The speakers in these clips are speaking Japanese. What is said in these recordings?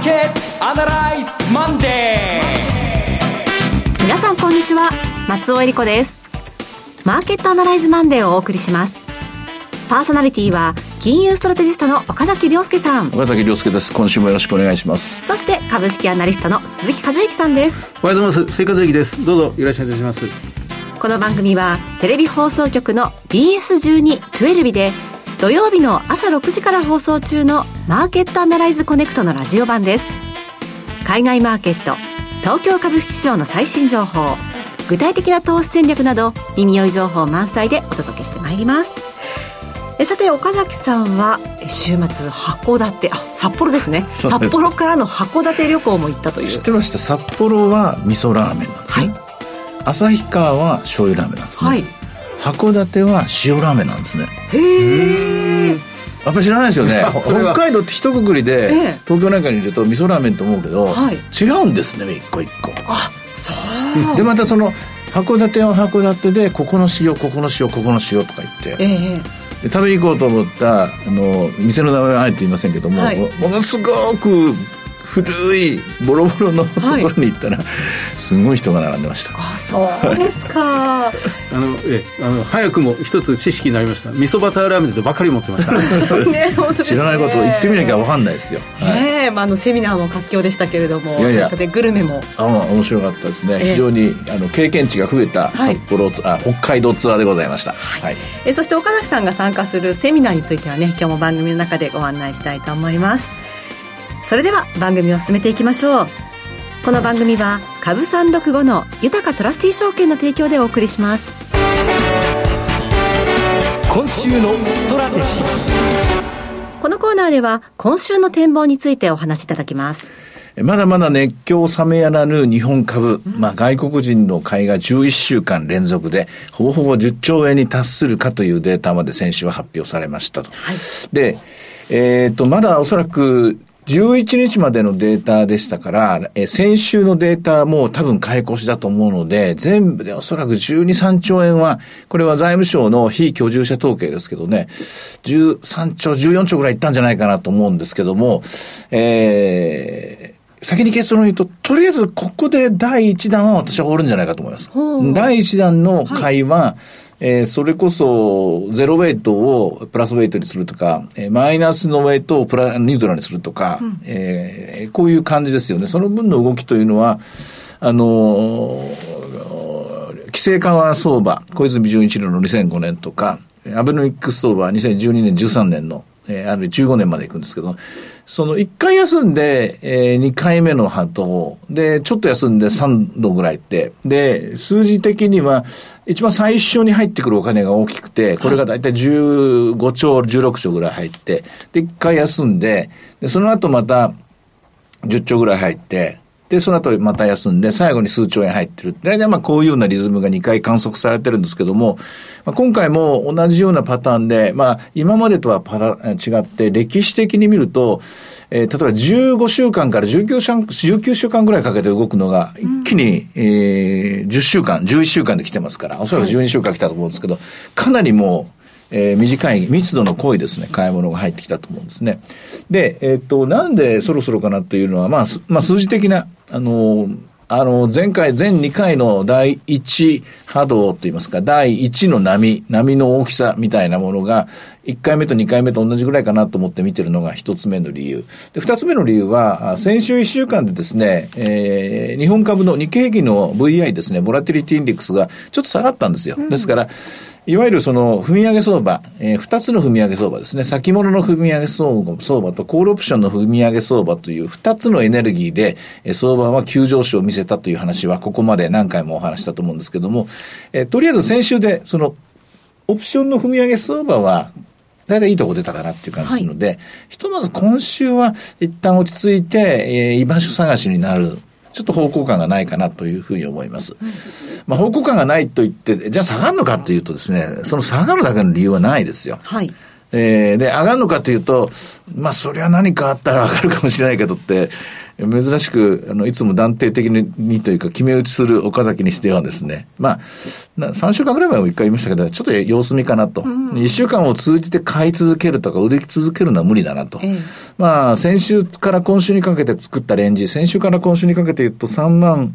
ーケットアナライズマンデー。 皆さんこんにちは、松尾恵理子です。マーケットアナライズマンデーをお送りします。パーソナリティは金融ストラテジストの岡崎亮介さん。 岡崎亮介です。今週もよろしくお願いします。 そして株式アナリストの鈴木和之さんです。 おはようございます。鈴木和之です。どうぞよろしくお願いします。 この番組はテレビ放送局の BS12-12 で土曜日の朝6時から放送中のマーケットアナライズコネクトのラジオ版です。海外マーケット、東京株式市場の最新情報、具体的な投資戦略など耳寄り情報満載でお届けしてまいります。さて岡崎さんは週末函館、札幌ですね。札幌からの函館旅行も行ったという。 知ってました。札幌は味噌ラーメンなんですね、はい、旭川は醤油ラーメンなんですね、はい、函館は塩ラーメンなんですね。 へえ。 やっぱり知らないですよね。北海道って一括りで、東京なんかにいると味噌ラーメンと思うけど、はい、違うんですね、一個一個。 あ、そうでまたその函館は函館でここの塩ここの塩ここの塩とか言って、で食べに行こうと思った店の名前はあえて言いませせんけども、はい、ものすごく古いボロボロのところに行ったら、はい、すごい人が並んでました。 あ、そうですか。 早くも一つ知識になりました。味噌バターラーメンでばかり持ってましたね、本当ですね。 知らないことを言ってみなきゃ分かんないですよ、はい。 セミナーも活況でしたけれども、 いやでグルメも面白かったですね、非常に経験値が増えた札幌、北海道ツアーでございました、はいはい。 そして岡崎さんが参加するセミナーについてはね、今日も番組の中でご案内したいと思います。それでは番組を進めていきましょう。この番組は株365の豊かトラスティー証券の提供でお送りします。 今週のストラテジー。 このコーナーでは今週の展望についてお話しいただきます。 まだまだ熱狂冷めやらぬ日本株、外国人の買いが11週間連続でほぼほぼ10兆円に達するかというデータまで先週は発表されましたと、はい。で、まだおそらく11日までのデータでしたから、先週のデータも多分買い越しだと思うので、全部でおそらく12、3兆円は、これは財務省の非居住者統計ですけどね、13兆、14兆ぐらいいったんじゃないかなと思うんですけども、先に結論を言うと、とりあえずここで第1弾は私は終わるんじゃないかと思います。第1弾の買いは、それこそゼロウェイトをプラスウェイトにするとか、マイナスのウェイトをニュートラルにするとか、こういう感じですよね。その分の動きというのは規制緩和相場小泉純一郎の2005年とかアベノミクス相場は2012年13年のあるいは15年まで行くんですけど、その1回休んで、2回目の波動で、ちょっと休んで3度ぐらいって、で、数字的には、一番最初に入ってくるお金が大きくて、これがだいたい15兆、16兆ぐらい入って、で、1回休んで、で、その後また10兆ぐらい入って、で、その後また休んで、最後に数兆円入ってる。大体こういうようなリズムが2回観測されてるんですけども、今回も同じようなパターンで、今までとは違って、歴史的に見ると、例えば15週間から19週間ぐらいかけて動くのが、一気に、10週間、11週間で来てますから、おそらく12週間来たと思うんですけど、かなりもう、短い密度の濃いですね、買い物が入ってきたと思うんですね。で、なんでそろそろかなというのは、数字的な、前回、全2回の第1波動といいますか、第1の波の大きさみたいなものが、1回目と2回目と同じぐらいかなと思って見てるのが1つ目の理由。で、2つ目の理由は、先週1週間でですね、日本株の日経平均の VI ですね、ボラティリティインデックスがちょっと下がったんですよ。ですから、いわゆるその踏み上げ相場、2つの踏み上げ相場ですね。先物の踏み上げ相場とコールオプションの踏み上げ相場という2つのエネルギーで、相場は急上昇を見せたという話はここまで何回もお話したと思うんですけども、とりあえず先週でそのオプションの踏み上げ相場はだいたいいいとこ出たかなっていう感じするので、ひとまず今週は一旦落ち着いて、居場所探しになる。ちょっと方向感がないかなというふうに思います。方向感がないと言って、じゃあ下がるのかというとですね、その下がるだけの理由はないですよ。はい。で、上がるのかというと、それは何かあったら上がるかもしれないけどって、 珍しく、いつも断定的にというか、決め打ちする岡崎にしてはですね、3週間ぐらい前も一回言いましたけど、ちょっと様子見かなと。1週間を通じて買い続けるとか、売り続けるのは無理だなと。先週から今週にかけて作ったレンジ、先週から今週にかけて言うと3万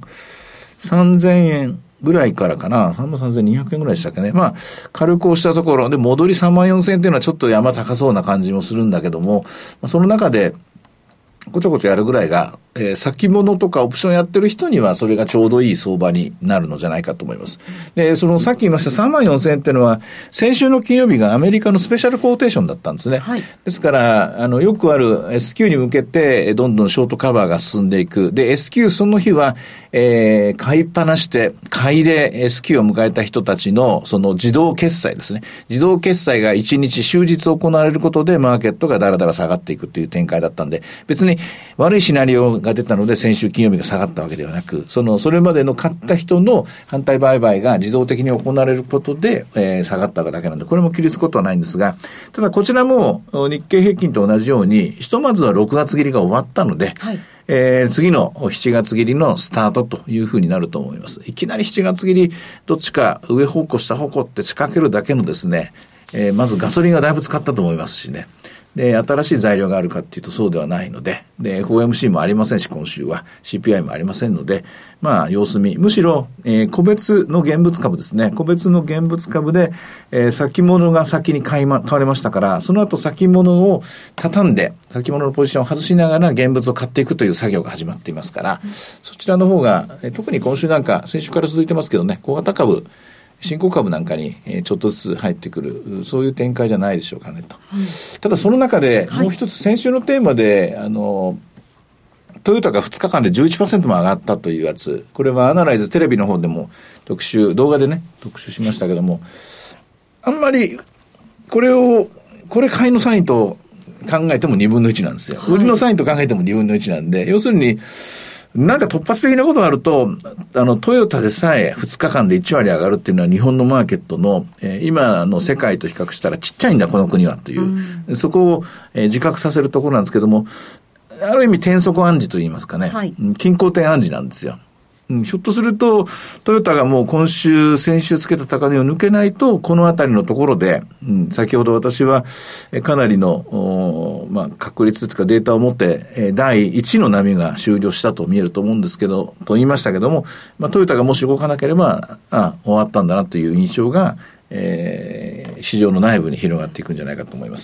3000円ぐらいからかな、3万3200円ぐらいでしたっけね。軽く押したところで、戻り3万4000円っていうのはちょっと山高そうな感じもするんだけども、その中で、こちょこちょやるぐらいが、先物とかオプションやってる人にはそれがちょうどいい相場になるのじゃないかと思います。で、さっき言いました3万4000円っていうのは、先週の金曜日がアメリカのスペシャルコーテーションだったんですね。ですから、よくある S q に向けて、どんどんショートカバーが進んでいく。で、S q その日は、買いっぱなして、買いで S q を迎えた人たちの、その自動決済ですね。自動決済が1日終日行われることで、マーケットがだらだら下がっていくっていう展開だったんで、別に悪いシナリオが出たので先週金曜日が下がったわけではなく、それまでの買った人の反対売買が自動的に行われることで、下がっただけなんで、これも切りつくことはないんですが、ただこちらも日経平均と同じように、ひとまずは6月切りが終わったので、次の7月切りのスタートというふうになると思います。いきなり7月切り、どっちか上方向下方向って仕掛けるだけのですね、まずガソリンがだいぶ使ったと思いますしね。で、新しい材料があるかっていうとそうではないので、で、FOMC もありませんし、今週は CPI もありませんので、様子見。むしろ、個別の現物株ですね。個別の現物株で、先物が先に買われましたから、その後先物を畳んで、先物のポジションを外しながら現物を買っていくという作業が始まっていますから、そちらの方が、特に今週なんか、先週から続いてますけどね、小型株、新興株なんかにちょっとずつ入ってくる、そういう展開じゃないでしょうかねと。ただその中でもう一つ先週のテーマで、トヨタが2日間で 11% も上がったというやつ、これはアナライズテレビの方でも動画でね、特集しましたけども、あんまりこれ買いのサインと考えても2分の1なんですよ。売りのサインと考えても2分の1なんで、要するに、なんか突発的なことがあると、トヨタでさえ2日間で1割上がるっていうのは日本のマーケットの、今の世界と比較したらちっちゃいんだ、この国はという、そこを、自覚させるところなんですけども、ある意味転速暗示といいますかね、均衡点暗示なんですよ。ひょっとすると、トヨタがもう先週つけた高値を抜けないと、このあたりのところで、先ほど私はかなりの、確率というかデータを持って、第1の波が終了したと見えると思うんですけど、と言いましたけども、トヨタがもし動かなければ、終わったんだなという印象が、市場の内部に広がっていくんじゃないかと思います。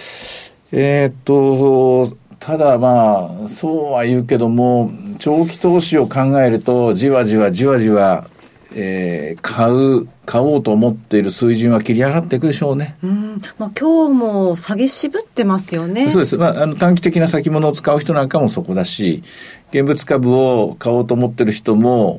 ただそうは言うけども、長期投資を考えると、じわじわ、買おうと思っている水準は切り上がっていくでしょうね。 今日も下げ渋ってますよね。 そうです。短期的な先物を使う人なんかもそこだし、現物株を買おうと思っている人も、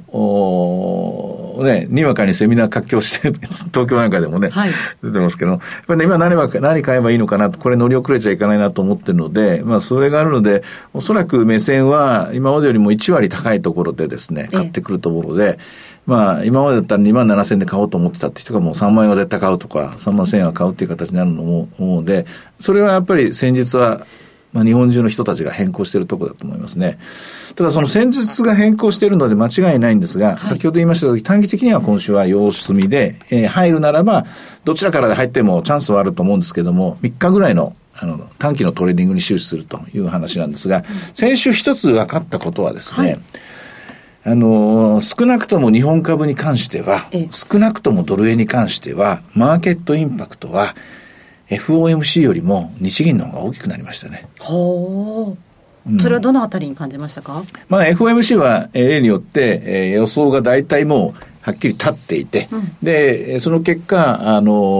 にわかにセミナー活況して、東京なんかでもね、出てますけど、やっぱりね、今何買えばいいのかなと、これ乗り遅れちゃいけないなと思ってるので、それがあるので、おそらく目線は今までよりも1割高いところでですね、買ってくるところで、今までだったら2万7000円で買おうと思ってたって人がもう3万円は絶対買うとか、3万1000円は買うっていう形になるのも思うので、それはやっぱり先日は、日本中の人たちが変更しているところだと思いますね。ただその先日が変更しているので間違いないんですが、先ほど言いましたように短期的には今週は様子見で、入るならば、どちらからで入ってもチャンスはあると思うんですけども、3日ぐらいの短期のトレーディングに終始するという話なんですが、先週一つ分かったことはですね、少なくとも日本株に関しては、少なくともドル円に関しては、マーケットインパクトは FOMC よりも日銀の方が大きくなりましたね。 それはどのあたりに感じましたか ？FOMC は例によって、予想が大体もうはっきり立っていて、で、その結果、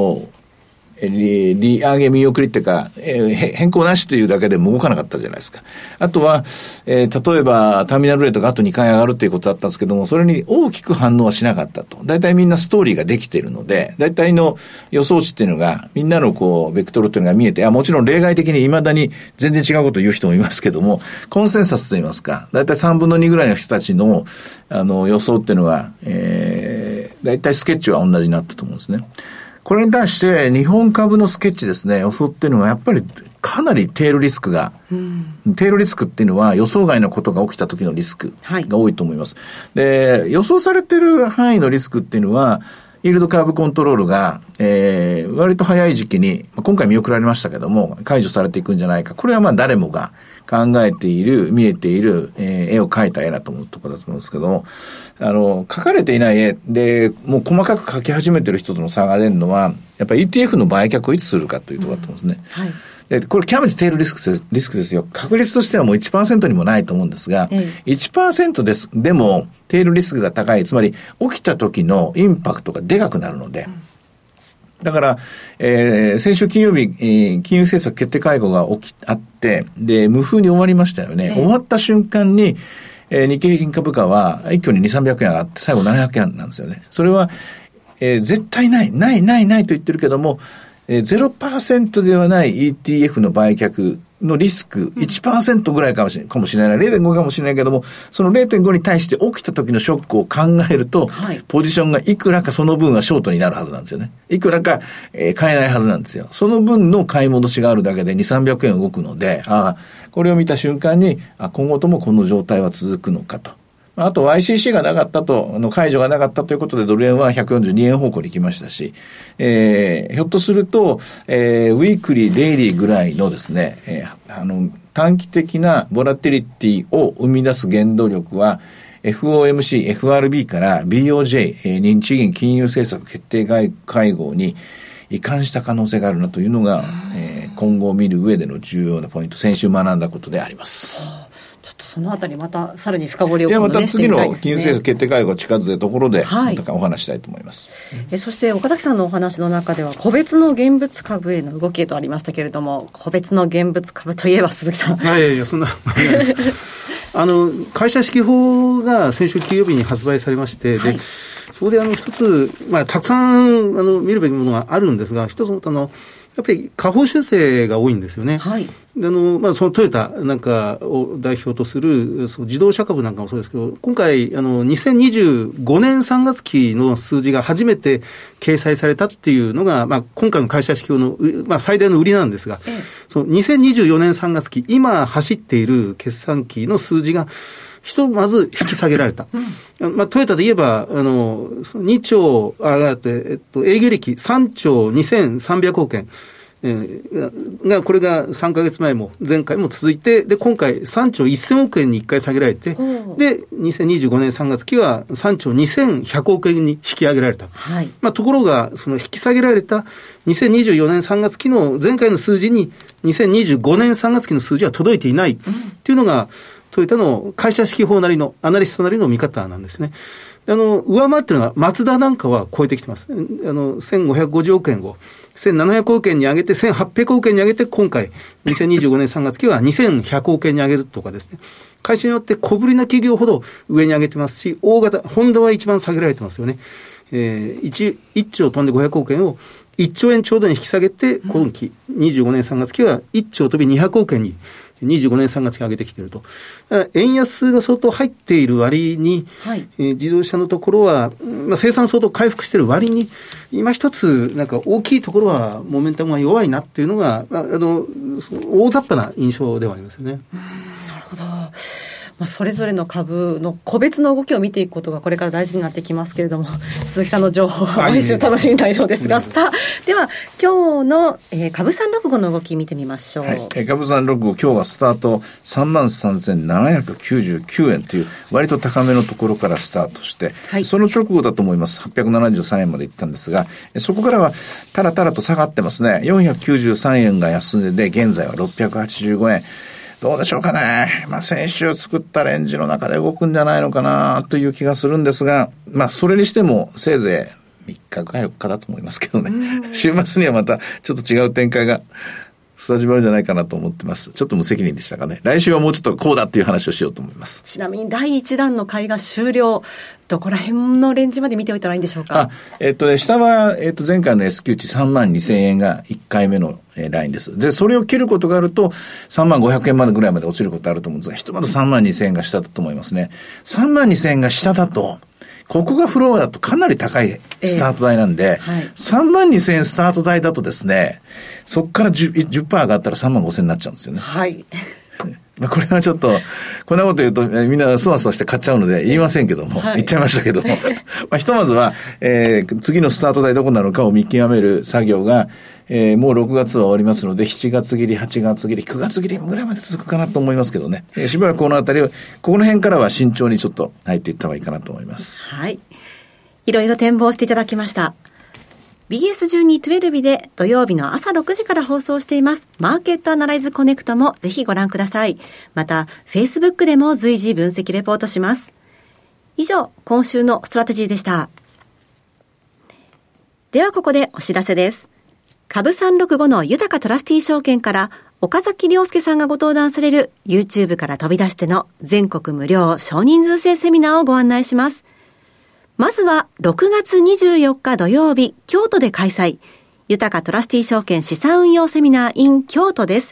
利上げ見送りっていうか、変更なしというだけでも動かなかったじゃないですか。あとは、例えばターミナルレートがあと2回上がるっていうことだったんですけども、それに大きく反応はしなかったと。大体みんなストーリーができているので、大体の予想値っていうのが、みんなのベクトルっていうのが見えて、もちろん例外的に未だに全然違うことを言う人もいますけども、コンセンサスといいますか、大体3分の2ぐらいの人たちの、予想っていうのが、大体スケッチは同じになったと思うんですね。 これに対して日本株のスケッチですね、予想っていうのはやっぱりかなりテールリスクが、テールリスクっていうのは予想外のことが起きた時のリスクが多いと思います。で、予想されている範囲のリスクっていうのは、イールドカーブコントロールが、割と早い時期に、今回見送られましたけども、解除されていくんじゃないか。これはまあ誰もが考えている、見えている、絵を描いた絵だと思うところだと思うんですけども、描かれていない絵で、もう細かく描き始めている人との差が出るのは、やっぱり ETF の売却をいつするかというところだと思うんですね。はい。で、これ極めてテールリスクですよ。確率としてはもう 1% にもないと思うんですが、1% です。でも、テールリスクが高い。つまり、起きた時のインパクトがでかくなるので。だから、先週金曜日、金融政策決定会合があって、で、無風に終わりましたよね。終わった瞬間に、日経平均株価は一挙に2、300円上がって、最後700円なんですよね。それは、絶対ないと言ってるけども、0% ではない ETF の売却のリスク 1% ぐらいかもしれない。0.5 かもしれないけども、その 0.5 に対して起きた時のショックを考えると、はい、ポジションがいくらかその分はショートになるはずなんですよね。いくらか、買えないはずなんですよ。その分の買い戻しがあるだけで2、300円動くので、これを見た瞬間に、今後ともこの状態は続くのかと。あと YCC がなかったと、解除がなかったということでドル円は142円方向に行きましたし、ひょっとすると、ウィークリー、デイリーぐらいのですね、短期的なボラティリティを生み出す原動力は、FOMC、FRB から BOJ、日銀金融政策決定会合に移管した可能性があるなというのが、今後見る上での重要なポイント、先週学んだことであります。 そのあたりまたさらに深掘りを今度ねしてみたいですね。また次の金融政策決定会合が近づいたところで、またお話したいと思います。 そして岡崎さんのお話の中では個別の現物株への動きとありましたけれども、個別の現物株といえば鈴木さん。 いやそんな会社指揮法が先週金曜日に発売されまして、でそこで一つ、たくさん見るべきものがあるんですが、一つやっぱり下方修正が多いんですよね。はい。そのトヨタなんかを代表とするその自動車株なんかもそうですけど、今回2025年3月期の数字が初めて掲載されたっていうのが、今回の会社指揮法の、最大の売りなんですが、その2024年3月期、今走っている決算期の数字がまず引き下げられた。トヨタで言えば、2兆、営業利益3兆2300億円。これが3ヶ月前も前回も続いて、で、今回3兆1000億円に1回下げられて、で、2025年3月期は3兆2100億円に引き上げられた。はい。ところが、その引き下げられた2024年3月期の前回の数字に2025年3月期の数字は届いていないっていうのが、トヨタの会社指揮法なりのアナリストなりの見方なんですね。上回ってるのはマツダなんかは超えてきてます。1550億円を1700億円に上げて1800億円に上げて、今回2025年3月期は2100億円に上げるとかですね。会社によって小ぶりな企業ほど上に上げてますし、大型、ホンダは一番下げられてますよね。1兆飛んで500億円を1兆円ちょうどに引き下げて、今期25年3月期は1兆飛び200億円に25年3月期上げてきていると。円安が相当入っている割に、はい、自動車のところは、生産相当回復している割に、今一つなんか大きいところはモメンタムが弱いなっていうのが、大雑把な印象ではありますよね。 なるほど。それぞれの株の個別の動きを見ていくことがこれから大事になってきますけれども、鈴木さんの情報は毎週楽しみたいのですが、さあでは今日の、株365の動き見てみましょう。はい、 株365今日はスタート 33,799 円という割と高めのところからスタートして、はい、その直後だと思います。873円までいったんですが、そこからはたらたらと下がってますね。493円が安値で現在は685円。どうでしょうかね。先週作ったレンジの中で動くんじゃないのかなという気がするんですが、それにしてもせいぜい3日か4日だと思いますけどね。週末にはまたちょっと違う展開が始まるんじゃないかなと思ってます。ちょっと無責任でしたかね。来週はもうちょっとこうだっていう話をしようと思います。 ちなみに第1弾の買いが終了。どこら辺のレンジまで見ておいたらいいんでしょうか。 下は、前回の S q 値32,000円が1回目の、ラインです。で、それを切ることがあると、32,500円までぐらいまで落ちることあると思うんですが、ひとまず32,000円が下だと思いますね。32,000円が下だと、 ここがフロアだとかなり高いスタート台なんで、32,000円スタート台だとですね、そこから 10% 上がったら35,000円になっちゃうんですよね。 はい。 これはちょっと、こんなこと言うとみんなそわそわして買っちゃうので言いませんけども、言っちゃいましたけども、ひとまずは、次のスタート台どこなのかを見極める作業が、もう6月は終わりますので、7月切り、8月切り、9月切りぐらいまで続くかなと思いますけどね。しばらくこのあたりを、この辺からは慎重にちょっと入っていった方がいいかなと思います。 はい。いろいろ展望していただきました。BS12-12 で土曜日の朝6時から放送していますマーケットアナライズコネクトもぜひご覧ください。また Facebook でも随時分析レポートします。以上、今週のストラテジーでした。ではここでお知らせです。株365の豊かトラスティ証券から岡崎亮介さんがご登壇される YouTube から飛び出しての全国無料少人数制セミナーをご案内します。まずは6月24日土曜日、京都で開催。豊かトラスティ証券資産運用セミナー in 京都です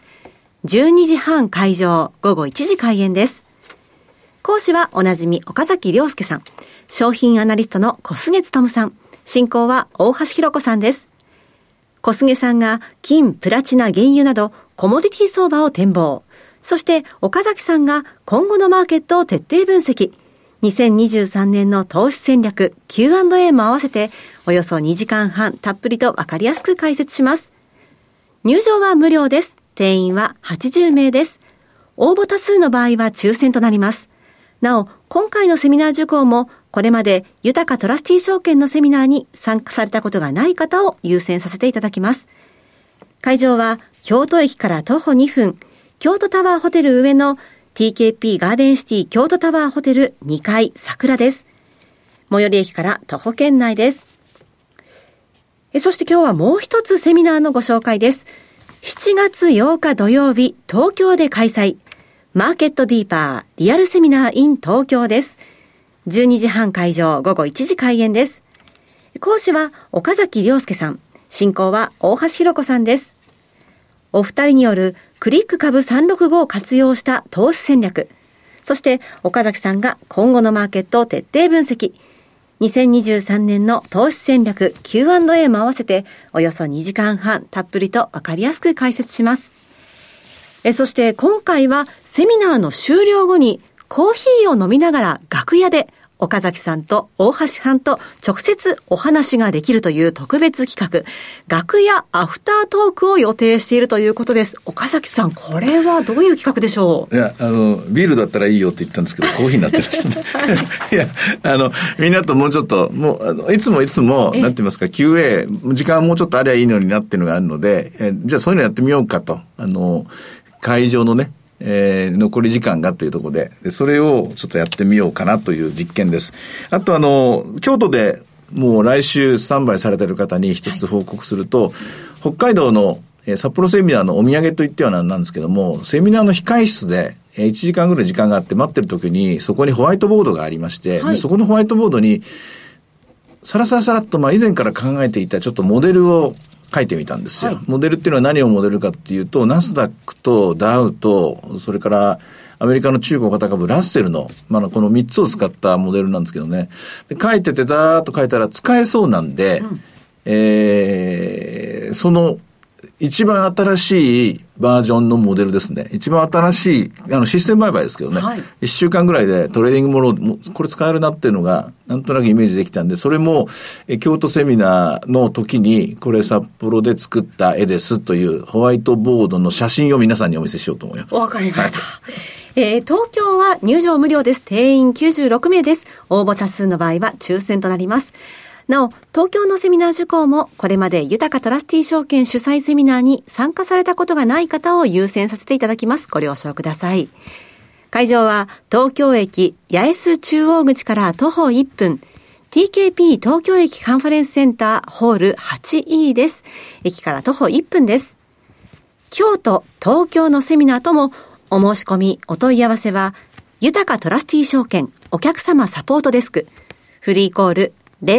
。12時半会場、午後1時開演です。講師はおなじみ岡崎亮介さん。商品アナリストの小菅勉さん。進行は大橋弘子さんです。小菅さんが金、プラチナ、原油などコモディティ相場を展望。そして岡崎さんが今後のマーケットを徹底分析。2023年の投資戦略 Q&A も合わせておよそ2時間半たっぷりとわかりやすく解説します。入場は無料です。定員は80名です。応募多数の場合は抽選となります。なお、今回のセミナー受講もこれまで豊かトラスティ証券のセミナーに参加されたことがない方を優先させていただきます。会場は京都駅から徒歩2分、京都タワーホテル上のTKP ガーデンシティ京都タワーホテル2階桜です。最寄り駅から徒歩圏内です。そして今日はもう一つセミナーのご紹介です。7月8日土曜日、東京で開催。マーケットディーパーリアルセミナー in 東京です。12時半会場、午後1時開演です。講師は岡崎亮介さん。進行は大橋弘子さんです。お二人によるクリック株365を活用した投資戦略。そして岡崎さんが今後のマーケットを徹底分析。2023年の投資戦略 Q&A も合わせておよそ2時間半たっぷりとわかりやすく解説します。そして今回はセミナーの終了後にコーヒーを飲みながら楽屋で岡崎さんと大橋さんと直接お話ができるという特別企画、楽屋アフタートークを予定しているということです。岡崎さん、これはどういう企画でしょう？ いや、ビールだったらいいよって言ったんですけど、コーヒーになってましたね。いや、みんなともうちょっと、もう、いつも、なんて言いますか、QA、時間もうちょっとありゃいいのになっていうのがあるので、じゃあそういうのやってみようかと、会場のね、残り時間がというところで、それをちょっとやってみようかなという実験です。あと京都でもう来週スタンバイされている方に一つ報告すると、北海道の札幌セミナーのお土産といってはなんですけども、セミナーの控室で1時間ぐらい時間があって待ってる時に、そこにホワイトボードがありまして、でそこのホワイトボードにさらっと以前から考えていたちょっとモデルを書いてみたんですよ。モデルっていうのは何をモデルかっていうと、ナスダックとダウと、それからアメリカの中国型株ラッセルの、この3つを使ったモデルなんですけどね。で、書いててダーッと書いたら使えそうなんで、その一番新しいバージョンのモデルですね。一番新しい、システム売買ですけどね。1週間ぐらいでトレーディングもの、これ使えるなっていうのが、なんとなくイメージできたんで、それも、京都セミナーの時に、これ札幌で作った絵ですというホワイトボードの写真を皆さんにお見せしようと思います。 わかりました。東京は入場無料です。定員96名です。応募多数の場合は抽選となります。なお、東京のセミナー受講もこれまで豊かトラスティ証券主催セミナーに参加されたことがない方を優先させていただきます。ご了承ください。会場は東京駅八重洲中央口から徒歩1分 TKP 東京駅カンファレンスセンターホール 8E です。駅から徒歩1分です。京都、東京のセミナーともお申し込み、お問い合わせは豊かトラスティ証券お客様サポートデスクフリーコール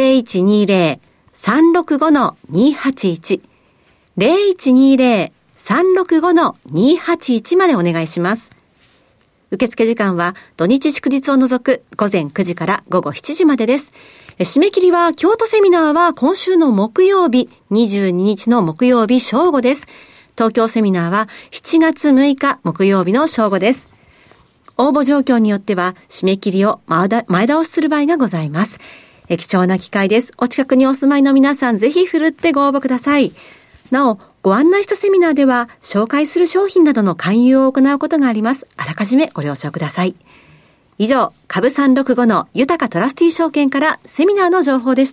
0120-365-281 0120-365-281までお願いします。 受付時間は土日祝日を除く午前9時から午後7時までです。締め切りは京都セミナーは今週の木曜日、22日の木曜日正午です。東京セミナーは7月6日木曜日の正午です。応募状況によっては締め切りを前倒しする場合がございます。貴重な機会です。お近くにお住まいの皆さん、ぜひふるってご応募ください。なお、ご案内したセミナーでは紹介する商品などの勧誘を行うことがあります。あらかじめご了承ください。以上、株365の豊かトラスティ証券からセミナーの情報でした。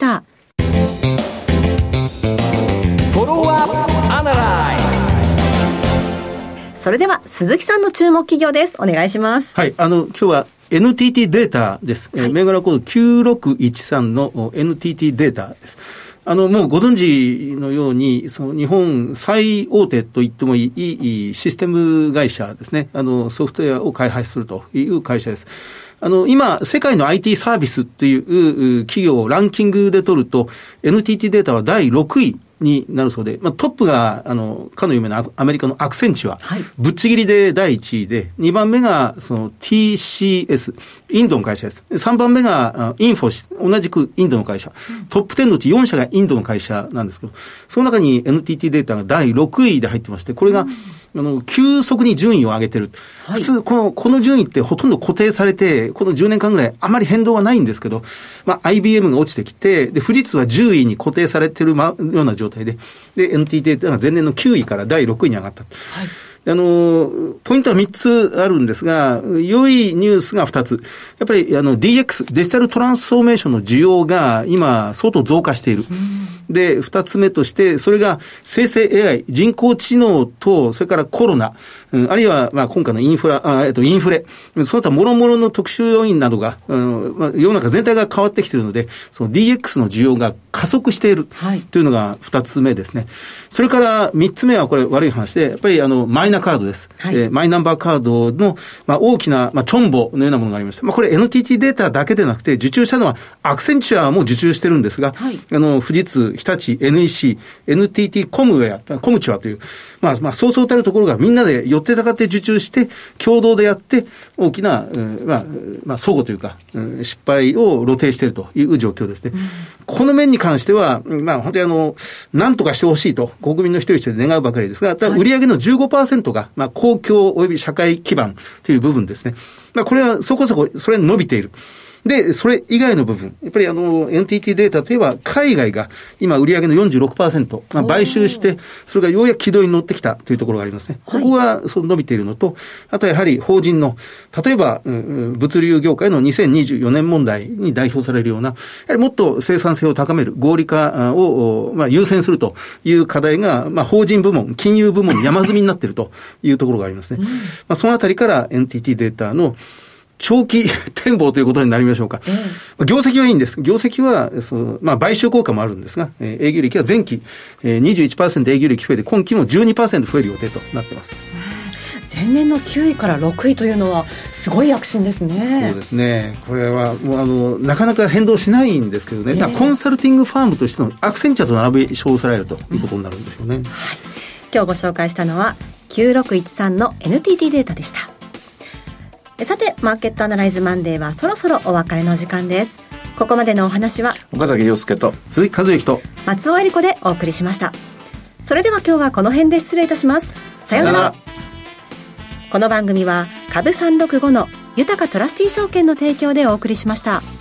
それでは鈴木さんの注目企業です。お願いします。 はい、今日はNTT データです。銘柄コード9613の NTT データです。もうご存知のように、その日本最大手と言ってもいいシステム会社ですね。ソフトウェアを開発するという会社です。今、世界の IT サービスという企業をランキングで取ると、NTT データは第6位になるそうで、トップが、かの有名なアメリカのアクセンチュア、ぶっちぎりで第1位で、2番目が、TCS、インドの会社です。3番目が、インフォシス、同じくインドの会社。トップ10のうち4社がインドの会社なんですけど、その中に NTT データが第6位で入ってまして、これが、急速に順位を上げてる。普通、この順位ってほとんど固定されて、この10年間ぐらいあまり変動はないんですけど、IBM が落ちてきて、で、富士通は10位に固定されてるような状態で、NTT データが前年の9位から第6位に上がった。ポイントは3つあるんですが、良いニュースが2つ。やっぱりDX、デジタルトランスフォーメーションの需要が今相当増加している。で、2つ目として、それが生成 AI、人工知能と、それからコロナ、あるいは今回のインフレ、その他諸々の特殊要因などが、世の中全体が変わってきているので、その DX の需要が加速しているというのが2つ目ですね。それから3つ目はこれ悪い話で、やっぱりマイナカードです。マイナンバーカードの、大きな、チョンボのようなものがありました。これ NTT データだけでなくて、受注したのはアクセンチュアも受注してるんですが、富士通、日立、NEC、NTT コムチュアという、そうそうたるところがみんなで寄ってたかって受注して、共同でやって、大きな、相互というか、失敗を露呈しているという状況ですね。この面に関しては、本当に何とかしてほしいと、国民の一人一人で願うばかりですが、売上の 15% が、公共及び社会基盤という部分ですね。これはそこそこ、それに伸びている。で、それ以外の部分。やっぱりNTT データといえば、海外が今売上の 46%、買収して、それがようやく軌道に乗ってきたというところがありますね。ここが伸びているのと、あとやはり法人の、例えば、物流業界の2024年問題に代表されるような、やはりもっと生産性を高める、合理化を、優先するという課題が、法人部門、金融部門山積みになっているというところがありますね。そのあたりから NTT データの長期展望ということになりましょうか。業績はいいんです。業績は、買収効果もあるんですが、営業利益は前期、21% 営業利益増えて、今期も 12% 増える予定となっています。 前年の9位から6位というのはすごい躍進ですね。 そうですね。これはもうなかなか変動しないんですけどね。だからコンサルティングファームとしてのアクセンチャーと並び称されるということになるんでしょうね。 今日ご紹介したのは9613の NTT データでした。さて、マーケットアナライズマンデーはそろそろお別れの時間です。ここまでのお話は岡崎亮介と鈴木和之と松尾恵理子でお送りしました。それでは今日はこの辺で失礼いたします。さようなら。この番組は株365の豊かトラスティ証券の提供でお送りしました。